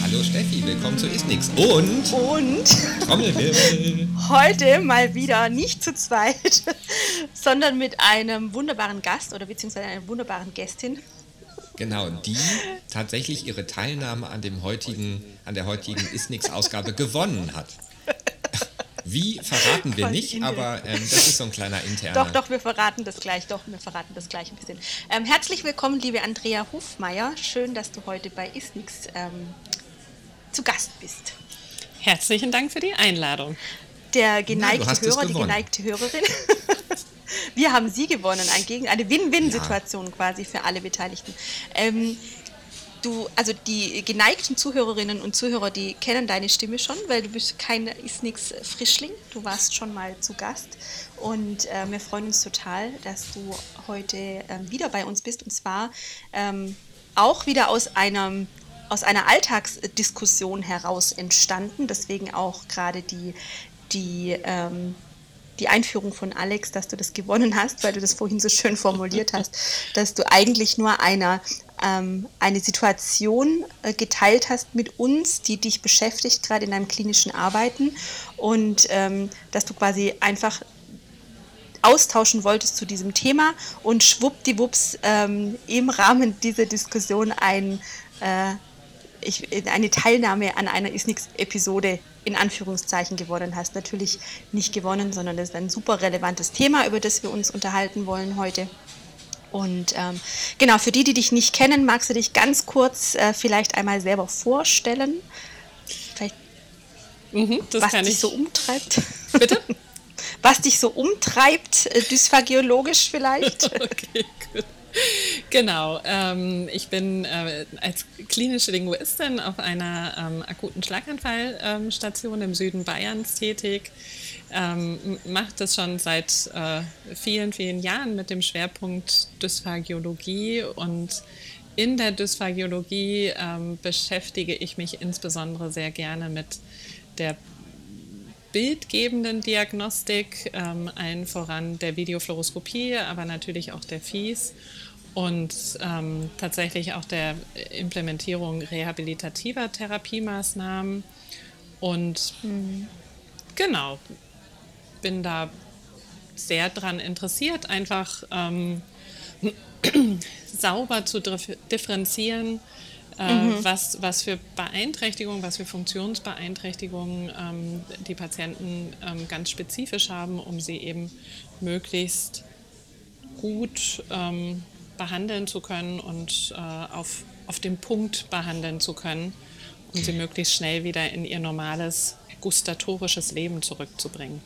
Hallo Steffi, willkommen zu Isnix und Trommelwirbel. Heute mal wieder nicht zu zweit, sondern mit einem wunderbaren Gast oder beziehungsweise einer wunderbaren Gästin. Genau, die tatsächlich ihre Teilnahme an der heutigen Isnix-Ausgabe gewonnen hat. Wie, verraten wir nicht, aber das ist so ein kleiner interner... Doch, wir verraten das gleich. Wir verraten das gleich ein bisschen. Herzlich willkommen, liebe Andrea Hofmeier. Schön, dass du heute bei Isnix zu Gast bist. Herzlichen Dank für die Einladung. Der geneigte Hörer, die geneigte Hörerin. Wir haben sie gewonnen, eine Win-Win-Situation quasi für alle Beteiligten. Die geneigten Zuhörerinnen und Zuhörer, die kennen deine Stimme schon, weil du bist kein Isnix-Frischling. Du warst schon mal zu Gast und wir freuen uns total, dass du heute wieder bei uns bist und zwar auch wieder aus einer Alltagsdiskussion heraus entstanden. Deswegen auch gerade die Einführung von Alex, dass du das gewonnen hast, weil du das vorhin so schön formuliert hast, dass du eigentlich nur eine Situation geteilt hast mit uns, die dich beschäftigt, gerade in deinem klinischen Arbeiten und dass du quasi einfach austauschen wolltest zu diesem Thema und schwuppdiwupps im Rahmen dieser Diskussion eine Teilnahme an einer Isnix-Episode in Anführungszeichen gewonnen hast. Natürlich nicht gewonnen, sondern das ist ein super relevantes Thema, über das wir uns unterhalten wollen heute. Und genau, für die dich nicht kennen, magst du dich ganz kurz vielleicht einmal selber vorstellen? Vielleicht, was dich so umtreibt? Bitte? Was dich so umtreibt, dysphagiologisch vielleicht? Okay, gut. Genau, ich bin als klinische Linguistin auf einer akuten Schlaganfallstation im Süden Bayerns tätig. Mache das schon seit vielen, vielen Jahren mit dem Schwerpunkt Dysphagiologie und in der Dysphagiologie beschäftige ich mich insbesondere sehr gerne mit der bildgebenden Diagnostik, allen voran der Videofluoroskopie, aber natürlich auch der FIES und tatsächlich auch der Implementierung rehabilitativer Therapiemaßnahmen und genau, bin da sehr dran interessiert, einfach sauber zu differenzieren, was für Beeinträchtigungen, was für Funktionsbeeinträchtigungen die Patienten ganz spezifisch haben, um sie eben möglichst gut behandeln zu können und auf den Punkt behandeln zu können, um sie möglichst schnell wieder in ihr normales gustatorisches Leben zurückzubringen.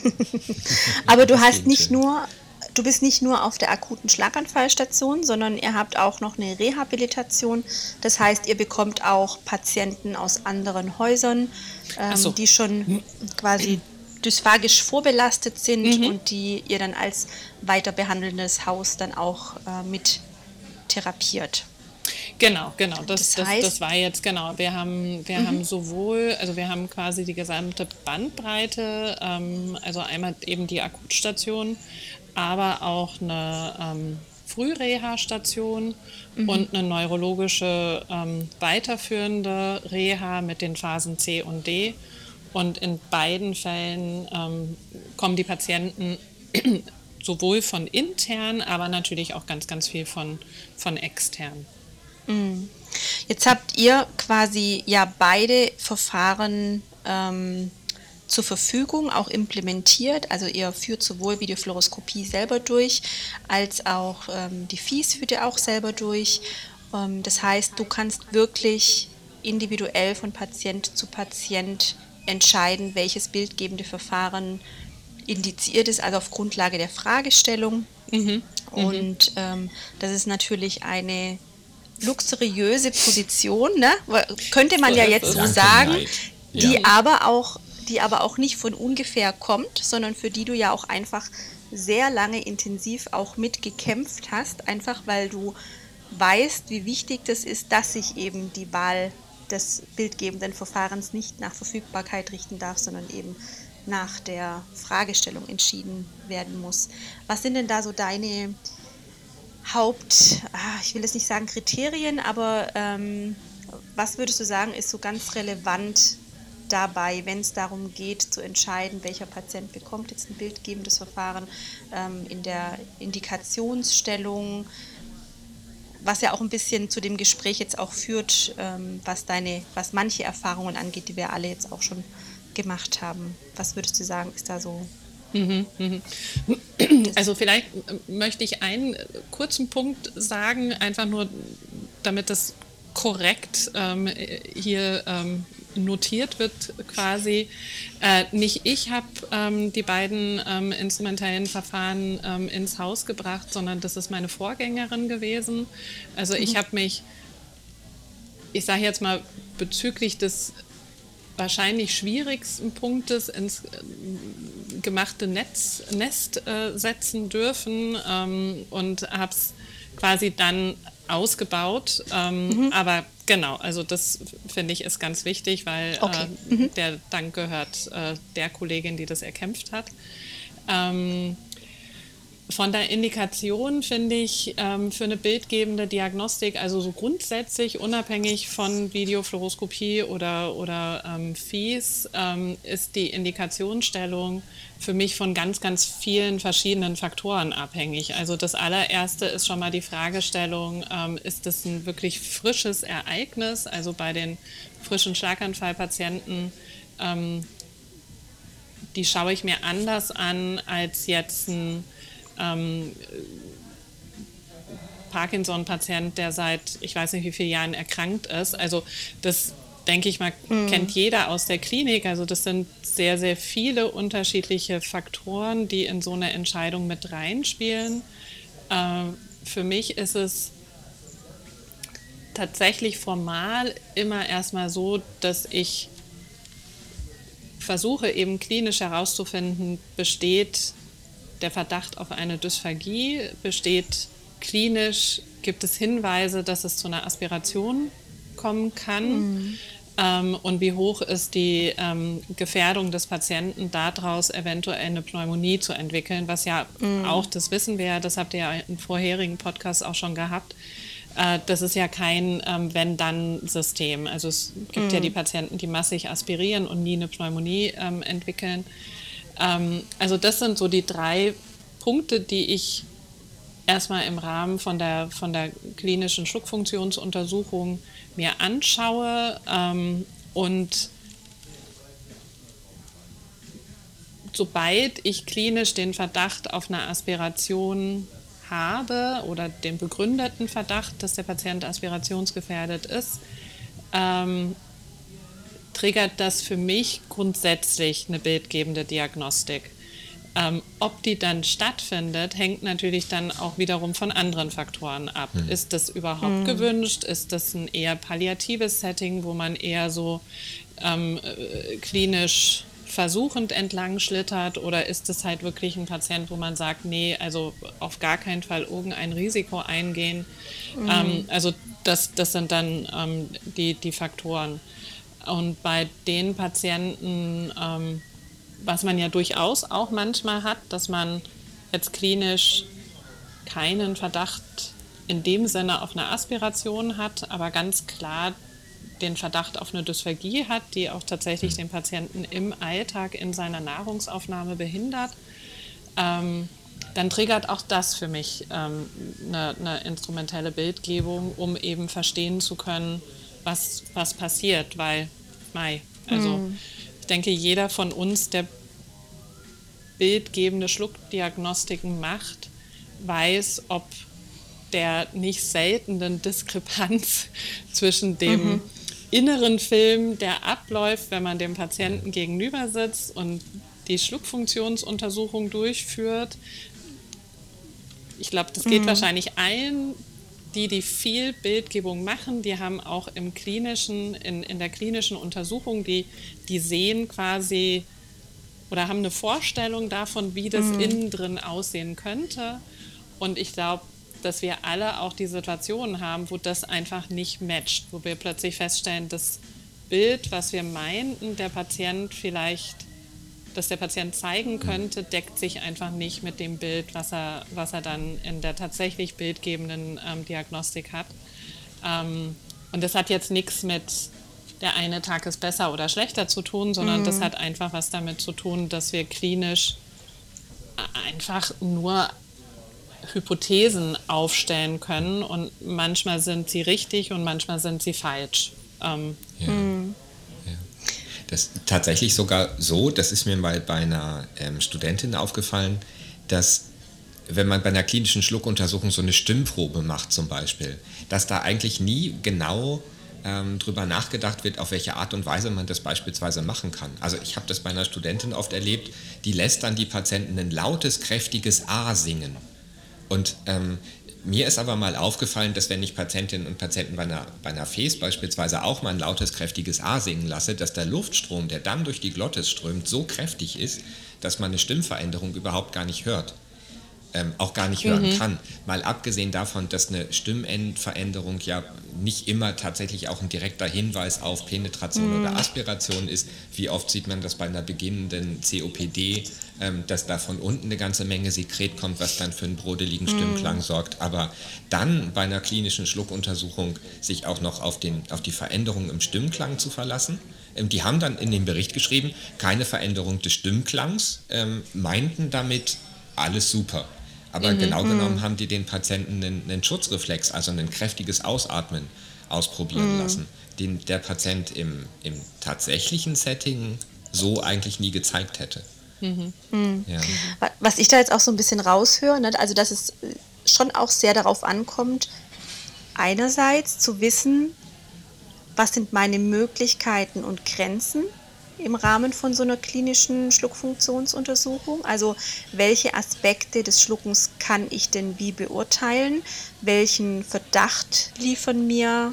Aber du bist nicht nur auf der akuten Schlaganfallstation, sondern ihr habt auch noch eine Rehabilitation. Das heißt, ihr bekommt auch Patienten aus anderen Häusern, die schon quasi dysphagisch vorbelastet sind und die ihr dann als weiter behandelndes Haus dann auch mit therapiert. Genau. Das war jetzt, genau. Wir haben sowohl, also wir haben quasi die gesamte Bandbreite, also einmal eben die Akutstation, aber auch eine Frühreha-Station und eine neurologische weiterführende Reha mit den Phasen C und D. Und in beiden Fällen kommen die Patienten sowohl von intern, aber natürlich auch ganz, ganz viel von extern. Jetzt habt ihr quasi ja beide Verfahren zur Verfügung, auch implementiert. Also ihr führt sowohl Videofluoroskopie selber durch, als auch die FIES führt ihr auch selber durch. Das heißt, du kannst wirklich individuell von Patient zu Patient entscheiden, welches bildgebende Verfahren indiziert ist, also auf Grundlage der Fragestellung. Und das ist natürlich eine luxuriöse Position, ne? Könnte man ja jetzt so sagen, die aber auch nicht von ungefähr kommt, sondern für die du ja auch einfach sehr lange intensiv auch mitgekämpft hast, einfach weil du weißt, wie wichtig das ist, dass sich eben die Wahl des bildgebenden Verfahrens nicht nach Verfügbarkeit richten darf, sondern eben nach der Fragestellung entschieden werden muss. Was sind denn da so deine ich will jetzt nicht sagen Kriterien, aber was würdest du sagen, ist so ganz relevant dabei, wenn es darum geht, zu entscheiden, welcher Patient bekommt jetzt ein bildgebendes Verfahren in der Indikationsstellung, was ja auch ein bisschen zu dem Gespräch jetzt auch führt, was manche Erfahrungen angeht, die wir alle jetzt auch schon gemacht haben. Was würdest du sagen, ist da so? Also vielleicht möchte ich einen kurzen Punkt sagen, einfach nur, damit das korrekt hier notiert wird quasi. Nicht ich habe die beiden instrumentellen Verfahren ins Haus gebracht, sondern das ist meine Vorgängerin gewesen. Also ich habe mich, ich sage jetzt mal, bezüglich des wahrscheinlich schwierigsten Punktes ins gemachte Nest setzen dürfen und habe es quasi dann ausgebaut. Aber genau, also das finde ich ist ganz wichtig, weil der Dank gehört der Kollegin, die das erkämpft hat. Von der Indikation finde ich für eine bildgebende Diagnostik, also so grundsätzlich unabhängig von Videofluoroskopie oder FIES, ist die Indikationsstellung für mich von ganz, ganz vielen verschiedenen Faktoren abhängig. Also das allererste ist schon mal die Fragestellung, ist das ein wirklich frisches Ereignis? Also bei den frischen Schlaganfallpatienten, die schaue ich mir anders an als jetzt ein Parkinson-Patient, der seit ich weiß nicht wie vielen Jahren erkrankt ist. Also das, denke ich mal, kennt jeder aus der Klinik. Also das sind sehr, sehr viele unterschiedliche Faktoren, die in so eine Entscheidung mit reinspielen. Für mich ist es tatsächlich formal immer erstmal so, dass ich versuche eben klinisch herauszufinden, besteht der Verdacht auf eine Dysphagie, besteht klinisch, gibt es Hinweise, dass es zu einer Aspiration kommen kann und wie hoch ist die Gefährdung des Patienten, daraus eventuell eine Pneumonie zu entwickeln, was ja auch, das wissen wir ja, das habt ihr ja in vorherigen Podcasts auch schon gehabt, das ist ja kein Wenn-Dann-System. Also es gibt ja die Patienten, die massig aspirieren und nie eine Pneumonie entwickeln. Also das sind so die 3 Punkte, die ich erstmal im Rahmen von der klinischen Schluckfunktionsuntersuchung mir anschaue und sobald ich klinisch den Verdacht auf eine Aspiration habe oder den begründeten Verdacht, dass der Patient aspirationsgefährdet ist, triggert das für mich grundsätzlich eine bildgebende Diagnostik. Ob die dann stattfindet, hängt natürlich dann auch wiederum von anderen Faktoren ab. Ist das überhaupt gewünscht? Ist das ein eher palliatives Setting, wo man eher so klinisch versuchend entlang schlittert? Oder ist es halt wirklich ein Patient, wo man sagt, nee, also auf gar keinen Fall irgendein Risiko eingehen? Also das sind dann die Faktoren. Und bei den Patienten, was man ja durchaus auch manchmal hat, dass man jetzt klinisch keinen Verdacht in dem Sinne auf eine Aspiration hat, aber ganz klar den Verdacht auf eine Dysphagie hat, die auch tatsächlich den Patienten im Alltag in seiner Nahrungsaufnahme behindert, dann triggert auch das für mich eine instrumentelle Bildgebung, um eben verstehen zu können, was passiert, weil, ich denke, jeder von uns, der bildgebende Schluckdiagnostiken macht, weiß, ob der nicht seltenen Diskrepanz zwischen dem inneren Film, der abläuft, wenn man dem Patienten gegenüber sitzt und die Schluckfunktionsuntersuchung durchführt. Ich glaube, das geht wahrscheinlich allen, die viel Bildgebung machen, die haben auch im klinischen, in der klinischen Untersuchung, die sehen quasi oder haben eine Vorstellung davon, wie das innen drin aussehen könnte. Und ich glaube, dass wir alle auch die Situationen haben, wo das einfach nicht matcht, wo wir plötzlich feststellen, das Bild, was wir meinten, dass der Patient zeigen könnte, deckt sich einfach nicht mit dem Bild, was er dann in der tatsächlich bildgebenden Diagnostik hat. Und das hat jetzt nichts mit der eine Tag ist besser oder schlechter zu tun, sondern das hat einfach was damit zu tun, dass wir klinisch einfach nur Hypothesen aufstellen können und manchmal sind sie richtig und manchmal sind sie falsch. Das ist tatsächlich sogar so, das ist mir mal bei einer Studentin aufgefallen, dass wenn man bei einer klinischen Schluckuntersuchung so eine Stimmprobe macht zum Beispiel, dass da eigentlich nie genau drüber nachgedacht wird, auf welche Art und Weise man das beispielsweise machen kann. Also ich habe das bei einer Studentin oft erlebt, die lässt dann die Patienten ein lautes, kräftiges A singen. Und mir ist aber mal aufgefallen, dass wenn ich Patientinnen und Patienten bei einer FES beispielsweise auch mal ein lautes, kräftiges A singen lasse, dass der Luftstrom, der dann durch die Glottis strömt, so kräftig ist, dass man eine Stimmveränderung überhaupt gar nicht hört. Auch gar nicht hören kann. Mal abgesehen davon, dass eine Stimmendveränderung ja nicht immer tatsächlich auch ein direkter Hinweis auf Penetration oder Aspiration ist. Wie oft sieht man das bei einer beginnenden COPD, dass da von unten eine ganze Menge Sekret kommt, was dann für einen brodeligen Stimmklang sorgt. Aber dann bei einer klinischen Schluckuntersuchung sich auch noch auf die Veränderung im Stimmklang zu verlassen. Die haben dann in dem Bericht geschrieben, keine Veränderung des Stimmklangs, meinten damit alles super. Aber genau genommen haben die den Patienten einen Schutzreflex, also ein kräftiges Ausatmen ausprobieren lassen, den der Patient im tatsächlichen Setting so eigentlich nie gezeigt hätte. Ja. Was ich da jetzt auch so ein bisschen raushöre, ne, also dass es schon auch sehr darauf ankommt, einerseits zu wissen, was sind meine Möglichkeiten und Grenzen im Rahmen von so einer klinischen Schluckfunktionsuntersuchung. Also welche Aspekte des Schluckens kann ich denn wie beurteilen? Welchen Verdacht liefern mir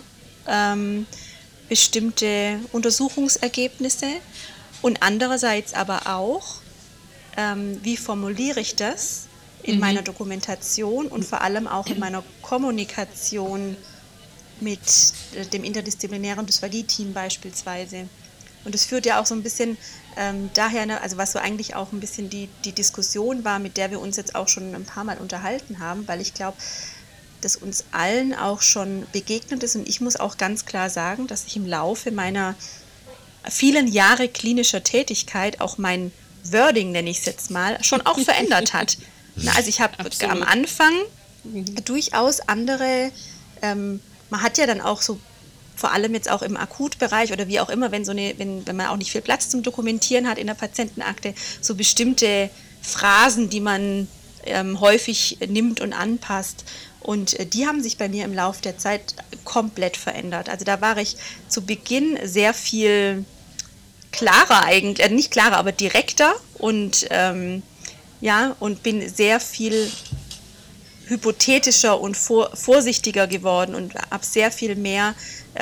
bestimmte Untersuchungsergebnisse? Und andererseits aber auch, wie formuliere ich das in meiner Dokumentation und vor allem auch in meiner Kommunikation mit dem interdisziplinären Dysphagie-Team beispielsweise. Und es führt ja auch so ein bisschen daher, ne, also was so eigentlich auch ein bisschen die Diskussion war, mit der wir uns jetzt auch schon ein paar Mal unterhalten haben, weil ich glaube, dass uns allen auch schon begegnet ist. Und ich muss auch ganz klar sagen, dass ich im Laufe meiner vielen Jahre klinischer Tätigkeit auch mein Wording, nenne ich es jetzt mal, schon auch verändert hat. Na, also ich habe am Anfang durchaus andere, man hat ja dann auch so, vor allem jetzt auch im Akutbereich oder wie auch immer, wenn man auch nicht viel Platz zum Dokumentieren hat in der Patientenakte, so bestimmte Phrasen, die man häufig nimmt und anpasst. Und die haben sich bei mir im Laufe der Zeit komplett verändert. Also da war ich zu Beginn sehr viel klarer eigentlich, nicht klarer, aber direkter und und bin sehr viel hypothetischer und vorsichtiger geworden und habe sehr viel mehr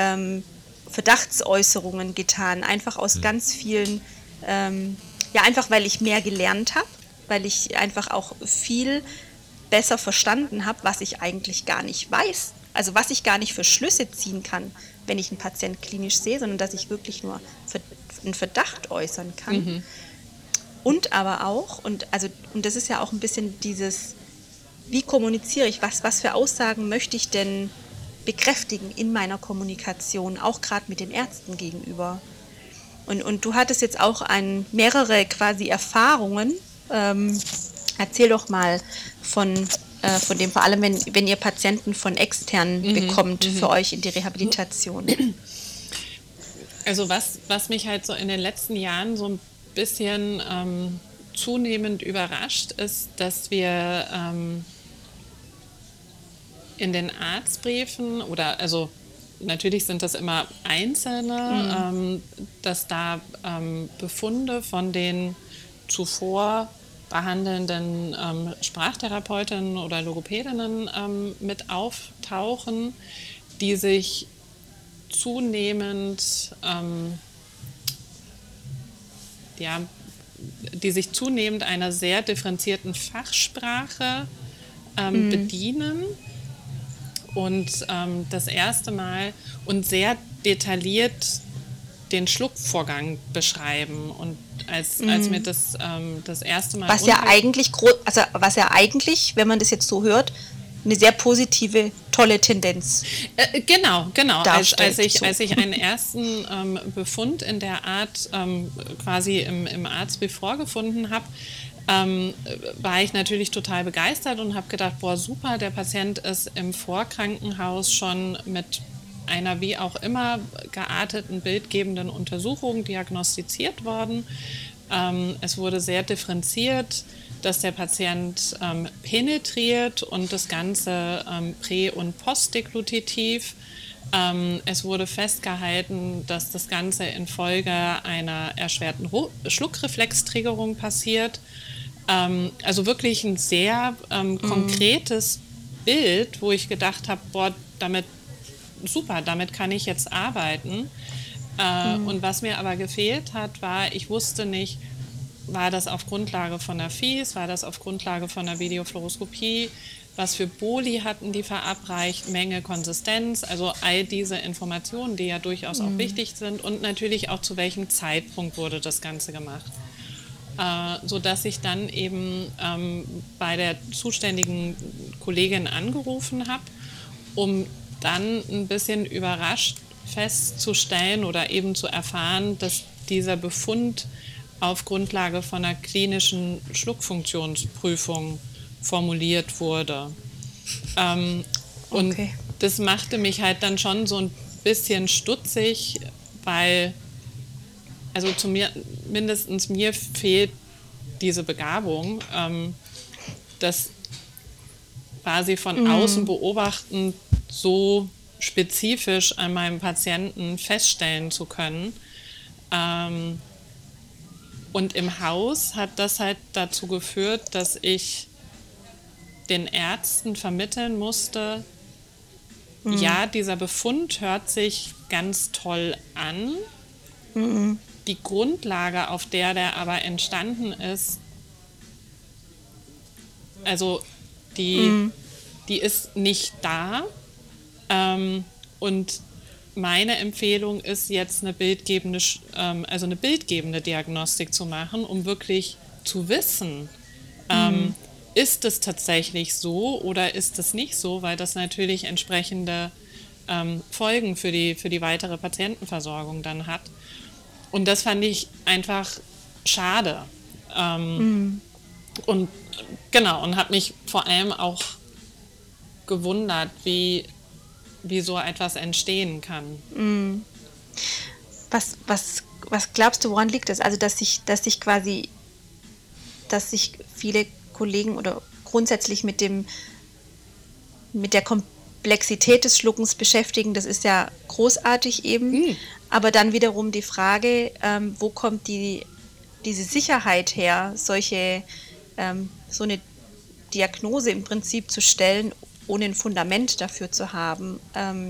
Verdachtsäußerungen getan, einfach aus ganz vielen, einfach weil ich mehr gelernt habe, weil ich einfach auch viel besser verstanden habe, was ich eigentlich gar nicht weiß, also was ich gar nicht für Schlüsse ziehen kann, wenn ich einen Patient klinisch sehe, sondern dass ich wirklich nur einen Verdacht äußern kann. Und aber auch, und das ist ja auch ein bisschen dieses, wie kommuniziere ich, was für Aussagen möchte ich denn bekräftigen in meiner Kommunikation, auch gerade mit den Ärzten gegenüber. Und du hattest jetzt auch mehrere quasi Erfahrungen. Erzähl doch mal von dem, vor allem wenn ihr Patienten von extern bekommt für euch in die Rehabilitation. Also was mich halt so in den letzten Jahren so ein bisschen zunehmend überrascht, ist, dass wir in den Arztbriefen also natürlich sind das immer einzelne, dass da Befunde von den zuvor behandelnden Sprachtherapeutinnen oder Logopädinnen mit auftauchen, die sich zunehmend einer sehr differenzierten Fachsprache bedienen und das erste Mal und sehr detailliert den Schluckvorgang beschreiben. Und als mir das erste Mal... Was ja eigentlich, wenn man das jetzt so hört, eine sehr positive, tolle Tendenz. Genau. Als ich einen ersten Befund in der Art quasi im Arztbrief vorgefunden habe, war ich natürlich total begeistert und habe gedacht, boah, super, der Patient ist im Vorkrankenhaus schon mit einer wie auch immer gearteten bildgebenden Untersuchung diagnostiziert worden. Es wurde sehr differenziert, dass der Patient penetriert und das Ganze prä- und postdeglutitiv. Es wurde festgehalten, dass das Ganze infolge einer erschwerten Schluckreflextriggerung passiert. Also wirklich ein sehr konkretes Bild, wo ich gedacht habe, boah, damit kann ich jetzt arbeiten. Und was mir aber gefehlt hat, war, ich wusste nicht, war das auf Grundlage von der FIS, war das auf Grundlage von der Videofluoroskopie, was für Boli hatten die verabreicht, Menge, Konsistenz, also all diese Informationen, die ja durchaus auch wichtig sind und natürlich auch zu welchem Zeitpunkt wurde das Ganze gemacht. Sodass ich dann eben bei der zuständigen Kollegin angerufen habe, um dann ein bisschen überrascht festzustellen oder eben zu erfahren, dass dieser Befund auf Grundlage von einer klinischen Schluckfunktionsprüfung formuliert wurde. Und das machte mich halt dann schon so ein bisschen stutzig, weil, also mindestens mir fehlt diese Begabung, das quasi von außen beobachtend so spezifisch an meinem Patienten feststellen zu können. Und im Haus hat das halt dazu geführt, dass ich den Ärzten vermitteln musste, ja, dieser Befund hört sich ganz toll an. Die Grundlage, auf der aber entstanden ist, also die ist nicht da. Und meine Empfehlung ist jetzt eine bildgebende Diagnostik zu machen, um wirklich zu wissen, ist es tatsächlich so oder ist es nicht so, weil das natürlich entsprechende Folgen für die weitere Patientenversorgung dann hat. Und das fand ich einfach schade. Und genau, und habe mich vor allem auch gewundert, wie so etwas entstehen kann. Was glaubst du, woran liegt das? Also, dass sich viele Kollegen oder grundsätzlich mit der Komplexität des Schluckens beschäftigen, das ist ja großartig eben. Aber dann wiederum die Frage, wo kommt diese Sicherheit her, so eine Diagnose im Prinzip zu stellen, ohne ein Fundament dafür zu haben.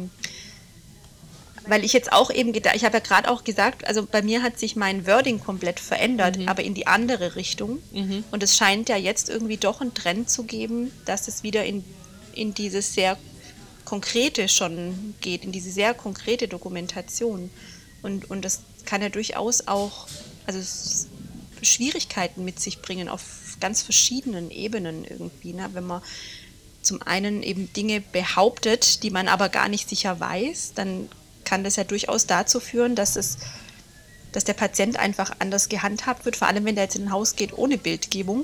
Weil ich jetzt auch eben ich habe ja gerade auch gesagt, also bei mir hat sich mein Wording komplett verändert, aber in die andere Richtung. Und es scheint ja jetzt irgendwie doch einen Trend zu geben, dass es wieder in dieses sehr Konkrete schon geht, in diese sehr konkrete Dokumentation. Und das kann ja durchaus auch Schwierigkeiten mit sich bringen auf ganz verschiedenen Ebenen irgendwie, ne? Wenn man zum einen eben Dinge behauptet, die man aber gar nicht sicher weiß, dann kann das ja durchaus dazu führen, dass der Patient einfach anders gehandhabt wird, vor allem wenn der jetzt in ein Haus geht ohne Bildgebung.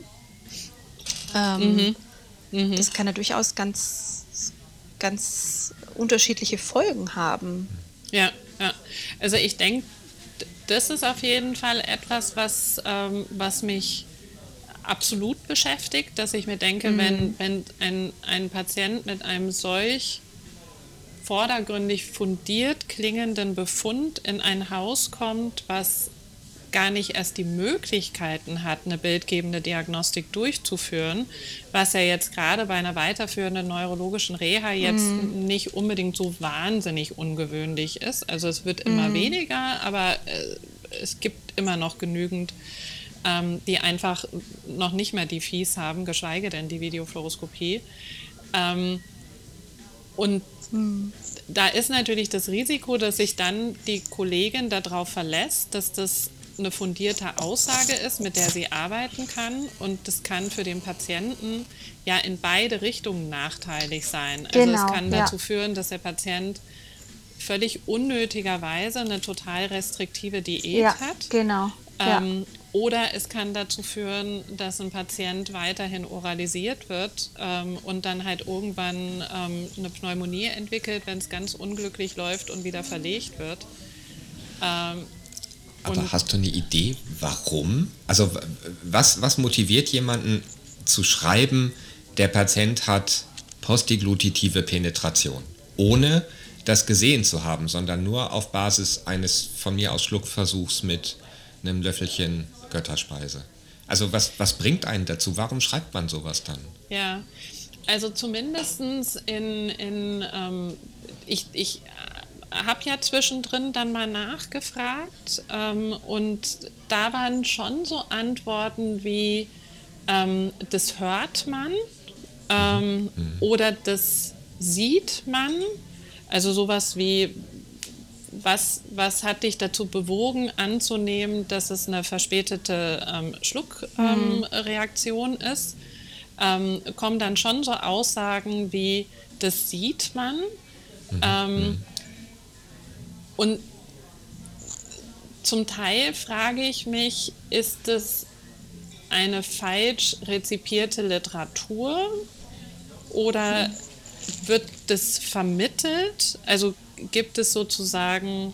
Das kann ja durchaus ganz, ganz unterschiedliche Folgen haben. Ja. Also ich denke, das ist auf jeden Fall etwas, was mich absolut beschäftigt, dass ich mir denke, wenn ein Patient mit einem solch vordergründig fundiert klingenden Befund in ein Haus kommt, was gar nicht erst die Möglichkeiten hat, eine bildgebende Diagnostik durchzuführen, was ja jetzt gerade bei einer weiterführenden neurologischen Reha jetzt nicht unbedingt so wahnsinnig ungewöhnlich ist. Also es wird immer weniger, aber es gibt immer noch genügend, die einfach noch nicht mehr die FIS haben, geschweige denn die Videofluoroskopie. Und da ist natürlich das Risiko, dass sich dann die Kollegin darauf verlässt, dass das eine fundierte Aussage ist, mit der sie arbeiten kann. Und das kann für den Patienten ja in beide Richtungen nachteilig sein. Also es kann dazu führen, dass der Patient völlig unnötigerweise eine total restriktive Diät hat. Genau. Oder es kann dazu führen, dass ein Patient weiterhin oralisiert wird und dann halt irgendwann eine Pneumonie entwickelt, wenn es ganz unglücklich läuft und wieder verlegt wird. Aber hast du eine Idee, warum? Also was motiviert jemanden zu schreiben, der Patient hat postdeglutitive Penetration, ohne das gesehen zu haben, sondern nur auf Basis eines von mir aus Schluckversuchs mit einem Löffelchen Götterspeise? Also was bringt einen dazu? Warum schreibt man sowas dann? Ja, also zumindestens ich habe ja zwischendrin dann mal nachgefragt und da waren schon so Antworten wie, das hört man oder das sieht man. Also sowas wie, was hat dich dazu bewogen anzunehmen, dass es eine verspätete Schluckreaktion ist? Kommen dann schon so Aussagen wie, das sieht man. Und zum Teil frage ich mich, ist es eine falsch rezipierte Literatur oder wird das vermittelt? Also gibt es sozusagen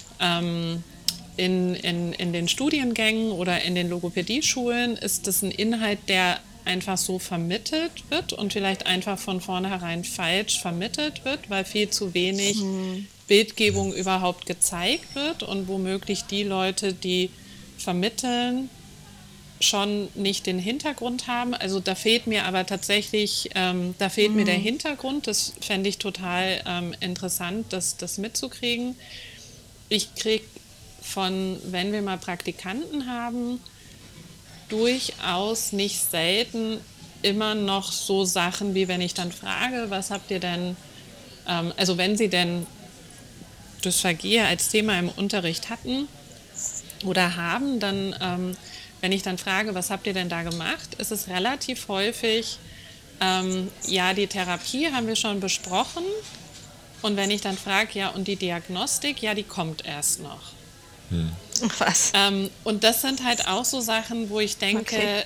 in den Studiengängen oder in den Logopädie-Schulen, ist das ein Inhalt, der einfach so vermittelt wird und vielleicht einfach von vornherein falsch vermittelt wird, weil viel zu wenig Bildgebung überhaupt gezeigt wird und womöglich die Leute, die vermitteln, schon nicht den Hintergrund haben. Also da fehlt mir aber tatsächlich, mir der Hintergrund. Das fände ich total interessant, das mitzukriegen. Ich kriege wenn wir mal Praktikanten haben, durchaus nicht selten immer noch so Sachen, wie wenn ich dann frage, was habt ihr denn, also wenn sie denn Dysphagie als Thema im Unterricht hatten oder haben, dann wenn ich dann frage, was habt ihr denn da gemacht, ist es relativ häufig, ja, die Therapie haben wir schon besprochen. Und wenn ich dann frage, ja, und die Diagnostik, ja, die kommt erst noch. Was? Und das sind halt auch so Sachen, wo ich denke,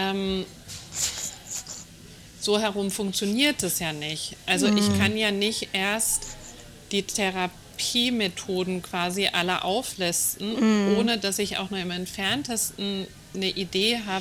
so herum funktioniert es ja nicht. Also ich kann ja nicht erst die Therapiemethoden quasi alle auflisten, ohne dass ich auch nur im Entferntesten eine Idee habe.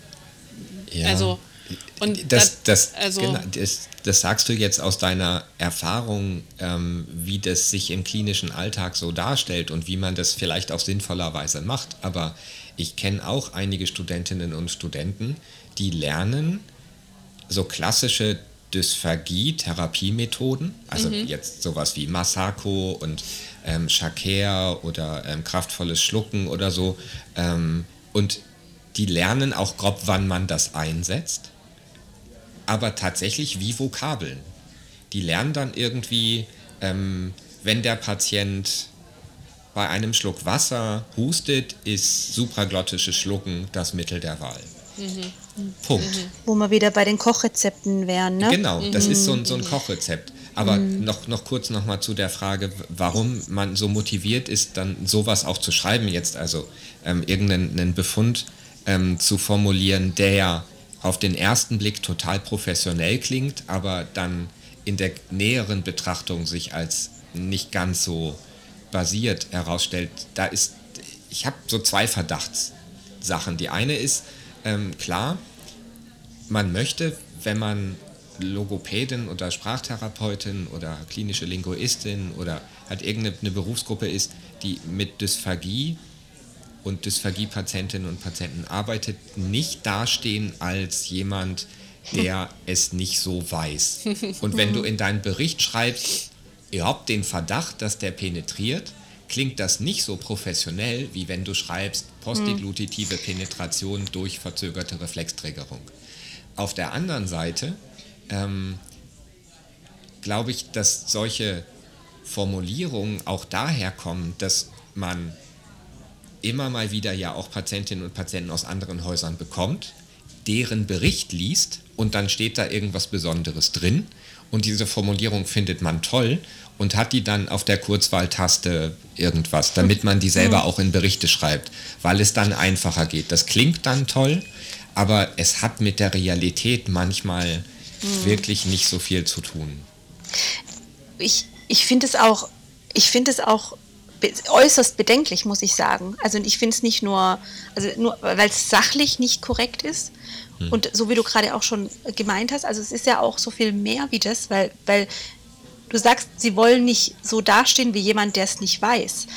Ja. Also, und das sagst du jetzt aus deiner Erfahrung, wie das sich im klinischen Alltag so darstellt und wie man das vielleicht auch sinnvollerweise macht. Aber ich kenne auch einige Studentinnen und Studenten, die lernen so klassische Dysphagie-Therapiemethoden, also jetzt sowas wie Masako und Shaker oder kraftvolles Schlucken oder so, und die lernen auch grob, wann man das einsetzt, aber tatsächlich wie Vokabeln. Die lernen dann irgendwie, wenn der Patient bei einem Schluck Wasser hustet, ist supraglottisches Schlucken das Mittel der Wahl. Punkt. Wo wir wieder bei den Kochrezepten wären, ne? Genau, das ist so ein Kochrezept. Aber noch kurz nochmal zu der Frage, warum man so motiviert ist, dann sowas auch zu schreiben jetzt, also irgendeinen Befund zu formulieren, der auf den ersten Blick total professionell klingt, aber dann in der näheren Betrachtung sich als nicht ganz so basiert herausstellt. Ich habe so zwei Verdachtssachen. Die eine ist, klar, man möchte, wenn man Logopädin oder Sprachtherapeutin oder klinische Linguistin oder halt irgendeine Berufsgruppe ist, die mit Dysphagie und Dysphagie-Patientinnen und Patienten arbeitet, nicht dastehen als jemand, der es nicht so weiß. Und wenn du in deinen Bericht schreibst, ihr habt den Verdacht, dass der penetriert, klingt das nicht so professionell, wie wenn du schreibst, postdeglutitive Penetration durch verzögerte Reflextriggerung. Auf der anderen Seite glaube ich, dass solche Formulierungen auch daher kommen, dass man immer mal wieder ja auch Patientinnen und Patienten aus anderen Häusern bekommt, deren Bericht liest und dann steht da irgendwas Besonderes drin und diese Formulierung findet man toll und hat die dann auf der Kurzwahltaste irgendwas, damit man die selber auch in Berichte schreibt, weil es dann einfacher geht. Das klingt dann toll, aber es hat mit der Realität manchmal wirklich nicht so viel zu tun. Ich finde es auch äußerst bedenklich, muss ich sagen. Also ich finde es nicht nur weil es sachlich nicht korrekt ist und so wie du gerade auch schon gemeint hast, also es ist ja auch so viel mehr wie das, weil du sagst, sie wollen nicht so dastehen wie jemand, der es nicht weiß.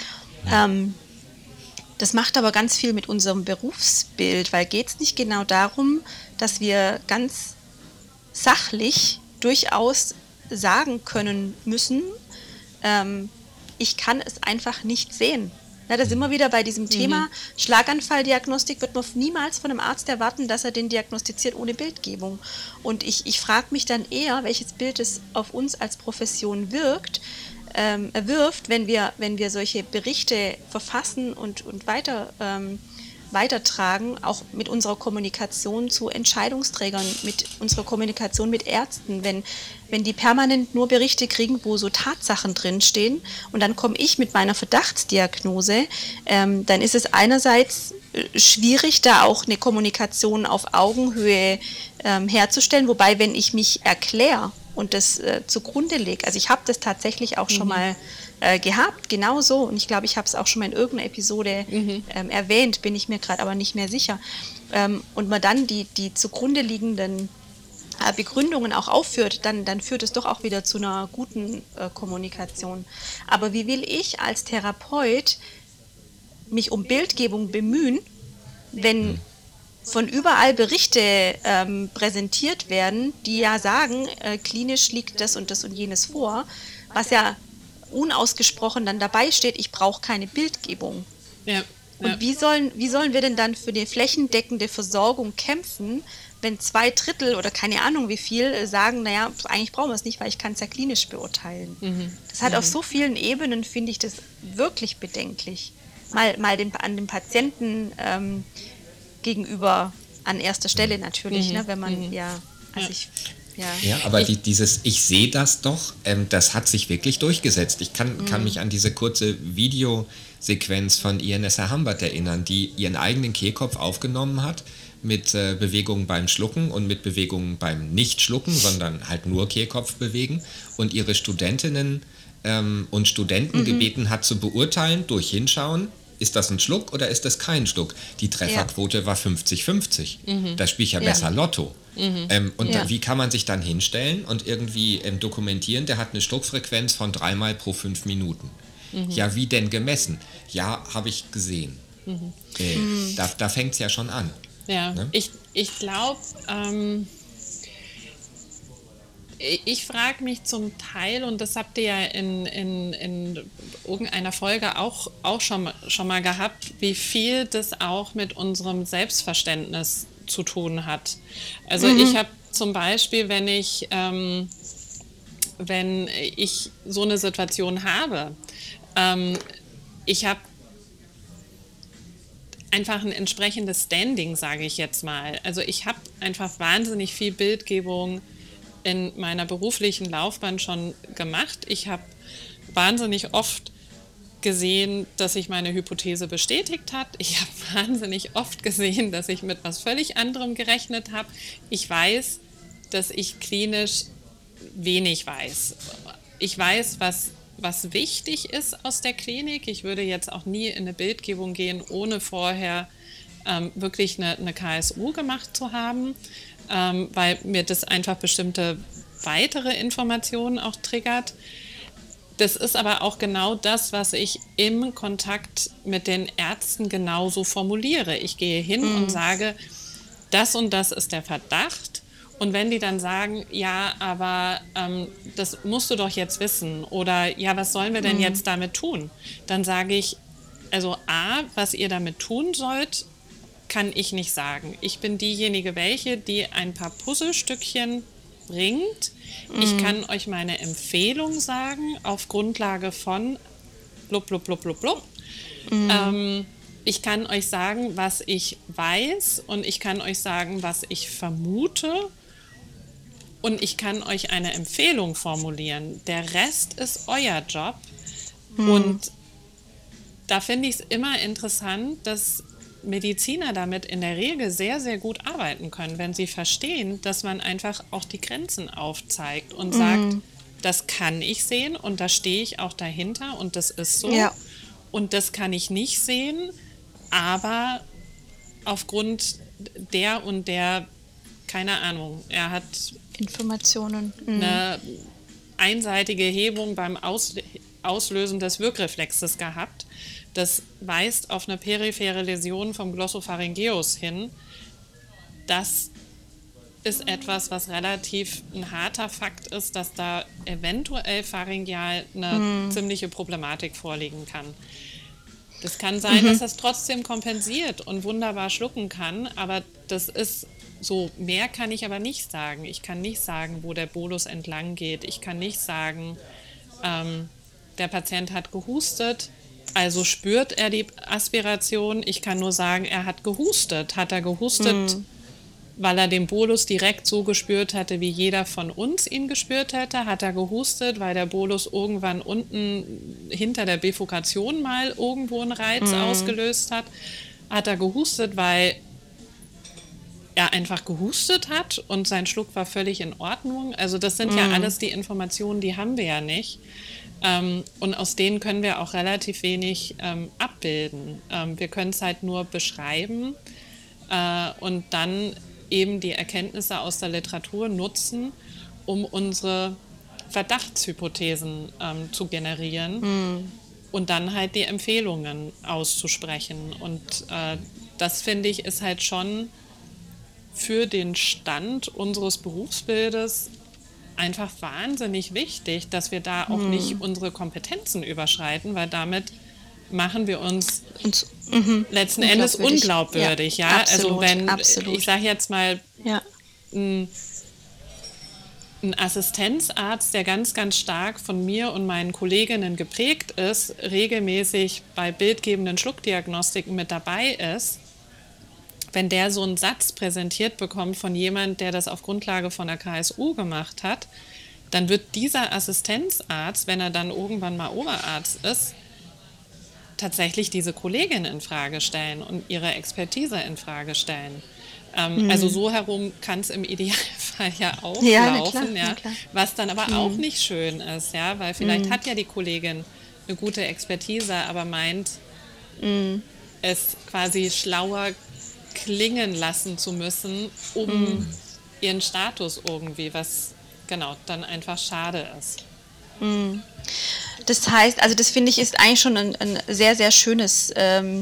Das macht aber ganz viel mit unserem Berufsbild, weil geht es nicht genau darum, dass wir ganz sachlich durchaus sagen können müssen, ich kann es einfach nicht sehen. Ja, da sind wir wieder bei diesem Thema Schlaganfalldiagnostik, wird man niemals von einem Arzt erwarten, dass er den diagnostiziert ohne Bildgebung. Und ich frage mich dann eher, welches Bild es auf uns als Profession wirft, wenn wir solche Berichte verfassen und weitertragen, auch mit unserer Kommunikation zu Entscheidungsträgern, mit unserer Kommunikation mit Ärzten, wenn die permanent nur Berichte kriegen, wo so Tatsachen drinstehen und dann komme ich mit meiner Verdachtsdiagnose, dann ist es einerseits schwierig, da auch eine Kommunikation auf Augenhöhe herzustellen, wobei, wenn ich mich erkläre und das zugrunde lege, also ich habe das tatsächlich auch schon mal gehabt, genau so. Und ich glaube, ich habe es auch schon mal in irgendeiner Episode erwähnt, bin ich mir gerade aber nicht mehr sicher. Und man dann die zugrunde liegenden Begründungen auch aufführt, dann führt es doch auch wieder zu einer guten Kommunikation. Aber wie will ich als Therapeut mich um Bildgebung bemühen, wenn von überall Berichte präsentiert werden, die ja sagen, klinisch liegt das und jenes vor, was ja unausgesprochen dann dabei steht, ich brauche keine Bildgebung. Ja. Und wie sollen wir denn dann für die flächendeckende Versorgung kämpfen, wenn 2/3 oder keine Ahnung wie viel sagen, naja, eigentlich brauchen wir es nicht, weil ich kann es ja klinisch beurteilen. Das hat auf so vielen Ebenen, finde ich das wirklich bedenklich. Mal an dem Patienten gegenüber an erster Stelle natürlich, ne, wenn man Ja, aber dieses Ich sehe das doch, das hat sich wirklich durchgesetzt. Ich kann mich an diese kurze Videosequenz von Inessa Hambert erinnern, die ihren eigenen Kehlkopf aufgenommen hat mit Bewegungen beim Schlucken und mit Bewegungen beim Nicht-Schlucken, sondern halt nur Kehlkopf bewegen und ihre Studentinnen und Studenten gebeten hat zu beurteilen durch Hinschauen, ist das ein Schluck oder ist das kein Schluck? Die Trefferquote war 50-50. Da spiele ich ja besser Lotto. Wie kann man sich dann hinstellen und irgendwie dokumentieren, der hat eine Schluckfrequenz von 3 pro 5 Minuten. Ja, wie denn gemessen? Ja, habe ich gesehen. Da fängt es ja schon an. Ja, ne? Ich glaube, ich frage mich zum Teil, und das habt ihr ja in irgendeiner Folge auch schon mal gehabt, wie viel das auch mit unserem Selbstverständnis zu tun hat. Also ich habe zum Beispiel, wenn ich so eine Situation habe, ich habe einfach ein entsprechendes Standing, sage ich jetzt mal. Also ich habe einfach wahnsinnig viel Bildgebung in meiner beruflichen Laufbahn schon gemacht. Ich habe wahnsinnig oft gesehen, dass sich meine Hypothese bestätigt hat. Ich habe wahnsinnig oft gesehen, dass ich mit was völlig anderem gerechnet habe. Ich weiß, dass ich klinisch wenig weiß. Ich weiß, was wichtig ist aus der Klinik. Ich würde jetzt auch nie in eine Bildgebung gehen, ohne vorher wirklich eine KSU gemacht zu haben, weil mir das einfach bestimmte weitere Informationen auch triggert. Das ist aber auch genau das, was ich im Kontakt mit den Ärzten genauso formuliere. Ich gehe hin und sage, das und das ist der Verdacht. Und wenn die dann sagen, ja, aber das musst du doch jetzt wissen oder ja, was sollen wir denn jetzt damit tun? Dann sage ich, also A, was ihr damit tun sollt, kann ich nicht sagen. Ich bin diejenige, die ein paar Puzzlestückchen bringt. Ich kann euch meine Empfehlung sagen, auf Grundlage von blub, blub, blub, blub, blub. ich kann euch sagen, was ich weiß und ich kann euch sagen, was ich vermute und ich kann euch eine Empfehlung formulieren. Der Rest ist euer Job. Und da finde ich es immer interessant, dass Mediziner damit in der Regel sehr, sehr gut arbeiten können, wenn sie verstehen, dass man einfach auch die Grenzen aufzeigt und sagt, das kann ich sehen und da stehe ich auch dahinter und das ist so. Ja. Und das kann ich nicht sehen, aber aufgrund der und der, keine Ahnung, er hat Informationen. Eine einseitige Hebung beim Auslösen des Wirkreflexes gehabt. Das weist auf eine periphere Läsion vom Glossopharyngeus hin. Das ist etwas, was relativ ein harter Fakt ist, dass da eventuell pharyngeal eine ziemliche Problematik vorliegen kann. Das kann sein, dass das trotzdem kompensiert und wunderbar schlucken kann, aber das ist so, mehr kann ich aber nicht sagen. Ich kann nicht sagen, wo der Bolus entlang geht. Ich kann nicht sagen, der Patient hat gehustet, also spürt er die Aspiration. Ich kann nur sagen, er hat gehustet. Hat er gehustet, weil er den Bolus direkt so gespürt hatte, wie jeder von uns ihn gespürt hätte? Hat er gehustet, weil der Bolus irgendwann unten hinter der Bifurkation mal irgendwo einen Reiz ausgelöst hat? Hat er gehustet, weil er einfach gehustet hat und sein Schluck war völlig in Ordnung? Also das sind ja alles die Informationen, die haben wir ja nicht. Und aus denen können wir auch relativ wenig abbilden. Wir können es halt nur beschreiben und dann eben die Erkenntnisse aus der Literatur nutzen, um unsere Verdachtshypothesen zu generieren und dann halt die Empfehlungen auszusprechen. Und das, finde ich, ist halt schon für den Stand unseres Berufsbildes einfach wahnsinnig wichtig, dass wir da auch nicht unsere Kompetenzen überschreiten, weil damit machen wir uns letzten Endes unglaubwürdig. Ja? Absolut, also wenn, ich sage jetzt mal, ein Assistenzarzt, der ganz, ganz stark von mir und meinen Kolleginnen geprägt ist, regelmäßig bei bildgebenden Schluckdiagnostiken mit dabei ist, wenn der so einen Satz präsentiert bekommt von jemandem, der das auf Grundlage von der KSU gemacht hat, dann wird dieser Assistenzarzt, wenn er dann irgendwann mal Oberarzt ist, tatsächlich diese Kollegin in Frage stellen und ihre Expertise in Frage stellen. Also so herum kann es im Idealfall ja auch laufen, na klar. Was dann aber auch nicht schön ist, ja, weil vielleicht hat ja die Kollegin eine gute Expertise, aber meint, es quasi schlauer klingen lassen zu müssen, um ihren Status irgendwie, was genau dann einfach schade ist. Das heißt, also das finde ich ist eigentlich schon ein sehr, sehr schönes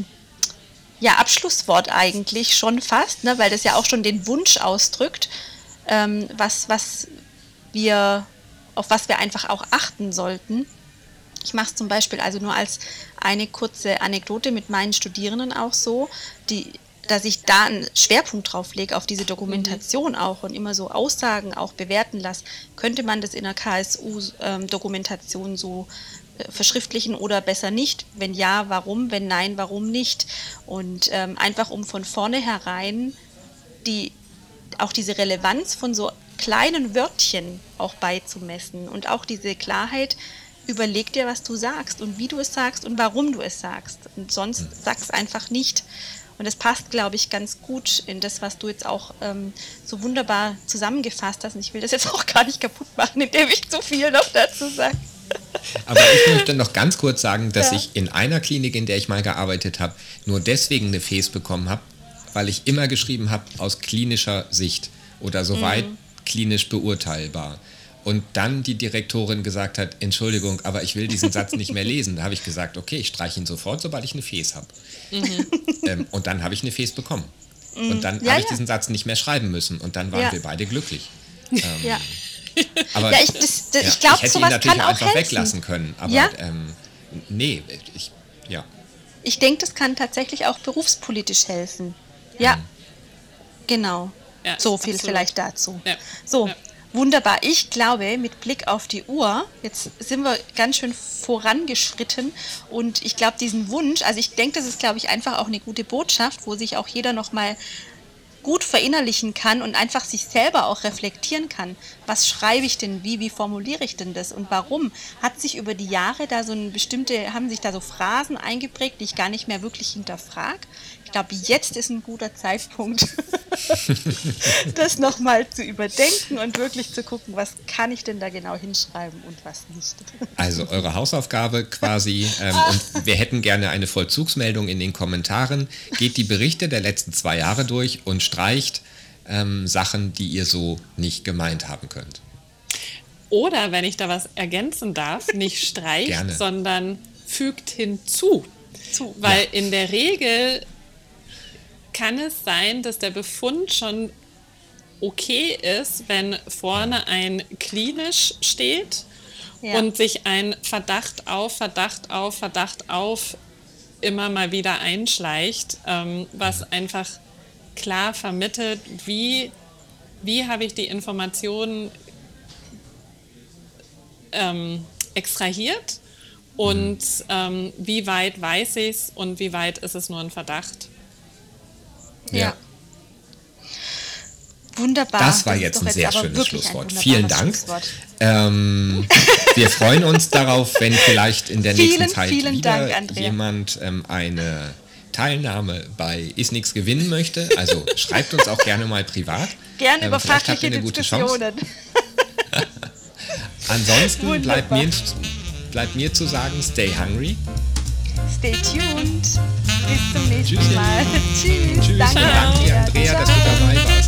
Abschlusswort eigentlich schon fast, ne, weil das ja auch schon den Wunsch ausdrückt, auf was wir einfach auch achten sollten. Ich mache es zum Beispiel also nur als eine kurze Anekdote mit meinen Studierenden auch so, dass ich da einen Schwerpunkt drauf lege, auf diese Dokumentation auch und immer so Aussagen auch bewerten lasse. Könnte man das in der KSU-Dokumentation so verschriftlichen oder besser nicht? Wenn ja, warum? Wenn nein, warum nicht? Und einfach um von vornherein auch diese Relevanz von so kleinen Wörtchen auch beizumessen und auch diese Klarheit, überleg dir, was du sagst und wie du es sagst und warum du es sagst. Und sonst sag's einfach nicht. Und das passt, glaube ich, ganz gut in das, was du jetzt auch so wunderbar zusammengefasst hast. Und ich will das jetzt auch gar nicht kaputt machen, indem ich zu viel noch dazu sage. Aber ich möchte noch ganz kurz sagen, dass ich in einer Klinik, in der ich mal gearbeitet habe, nur deswegen eine Fes bekommen habe, weil ich immer geschrieben habe, aus klinischer Sicht oder soweit klinisch beurteilbar. Und dann die Direktorin gesagt hat, Entschuldigung, aber ich will diesen Satz nicht mehr lesen. Da habe ich gesagt, okay, ich streiche ihn sofort, sobald ich eine Fes habe. Und dann habe ich eine Fes bekommen. Und dann habe ich diesen Satz nicht mehr schreiben müssen. Und dann waren wir beide glücklich. Aber ich glaube, hätte ihn sowas natürlich kann auch einfach helfen. weglassen können. Aber ich denke, das kann tatsächlich auch berufspolitisch helfen. Ja, genau. Ja, so viel absolut. Vielleicht dazu. Ja. So, Wunderbar. Ich glaube, mit Blick auf die Uhr, jetzt sind wir ganz schön vorangeschritten und ich glaube, diesen Wunsch, also ich denke, das ist, glaube ich, einfach auch eine gute Botschaft, wo sich auch jeder nochmal gut verinnerlichen kann und einfach sich selber auch reflektieren kann. Was schreibe ich denn, wie formuliere ich denn das und warum? Hat sich über die Jahre da haben sich da so Phrasen eingeprägt, die ich gar nicht mehr wirklich hinterfrage? Ich glaube, jetzt ist ein guter Zeitpunkt, das nochmal zu überdenken und wirklich zu gucken, was kann ich denn da genau hinschreiben und was nicht. Also eure Hausaufgabe quasi, und wir hätten gerne eine Vollzugsmeldung in den Kommentaren, geht die Berichte der letzten 2 Jahre durch und streicht Sachen, die ihr so nicht gemeint haben könnt. Oder, wenn ich da was ergänzen darf, nicht streicht, Gerne. sondern fügt hinzu. Weil in der Regel kann es sein, dass der Befund schon okay ist, wenn vorne ein klinisch steht und sich ein Verdacht auf immer mal wieder einschleicht, was einfach klar vermittelt, wie habe ich die Informationen extrahiert und wie weit weiß ich es und wie weit ist es nur ein Verdacht. Ja. Wunderbar. Das war jetzt ein sehr schönes Schlusswort. Vielen Dank. Wir freuen uns darauf, wenn vielleicht in der nächsten Zeit wieder jemand eine Teilnahme bei Isnix gewinnen möchte. Also schreibt uns auch gerne mal privat. Gerne über fachliche Diskussionen. Ansonsten bleibt mir zu sagen, stay hungry. Stay tuned. Bis zum nächsten Mal. Tschüss. Danke, Andrea, dass du dabei warst.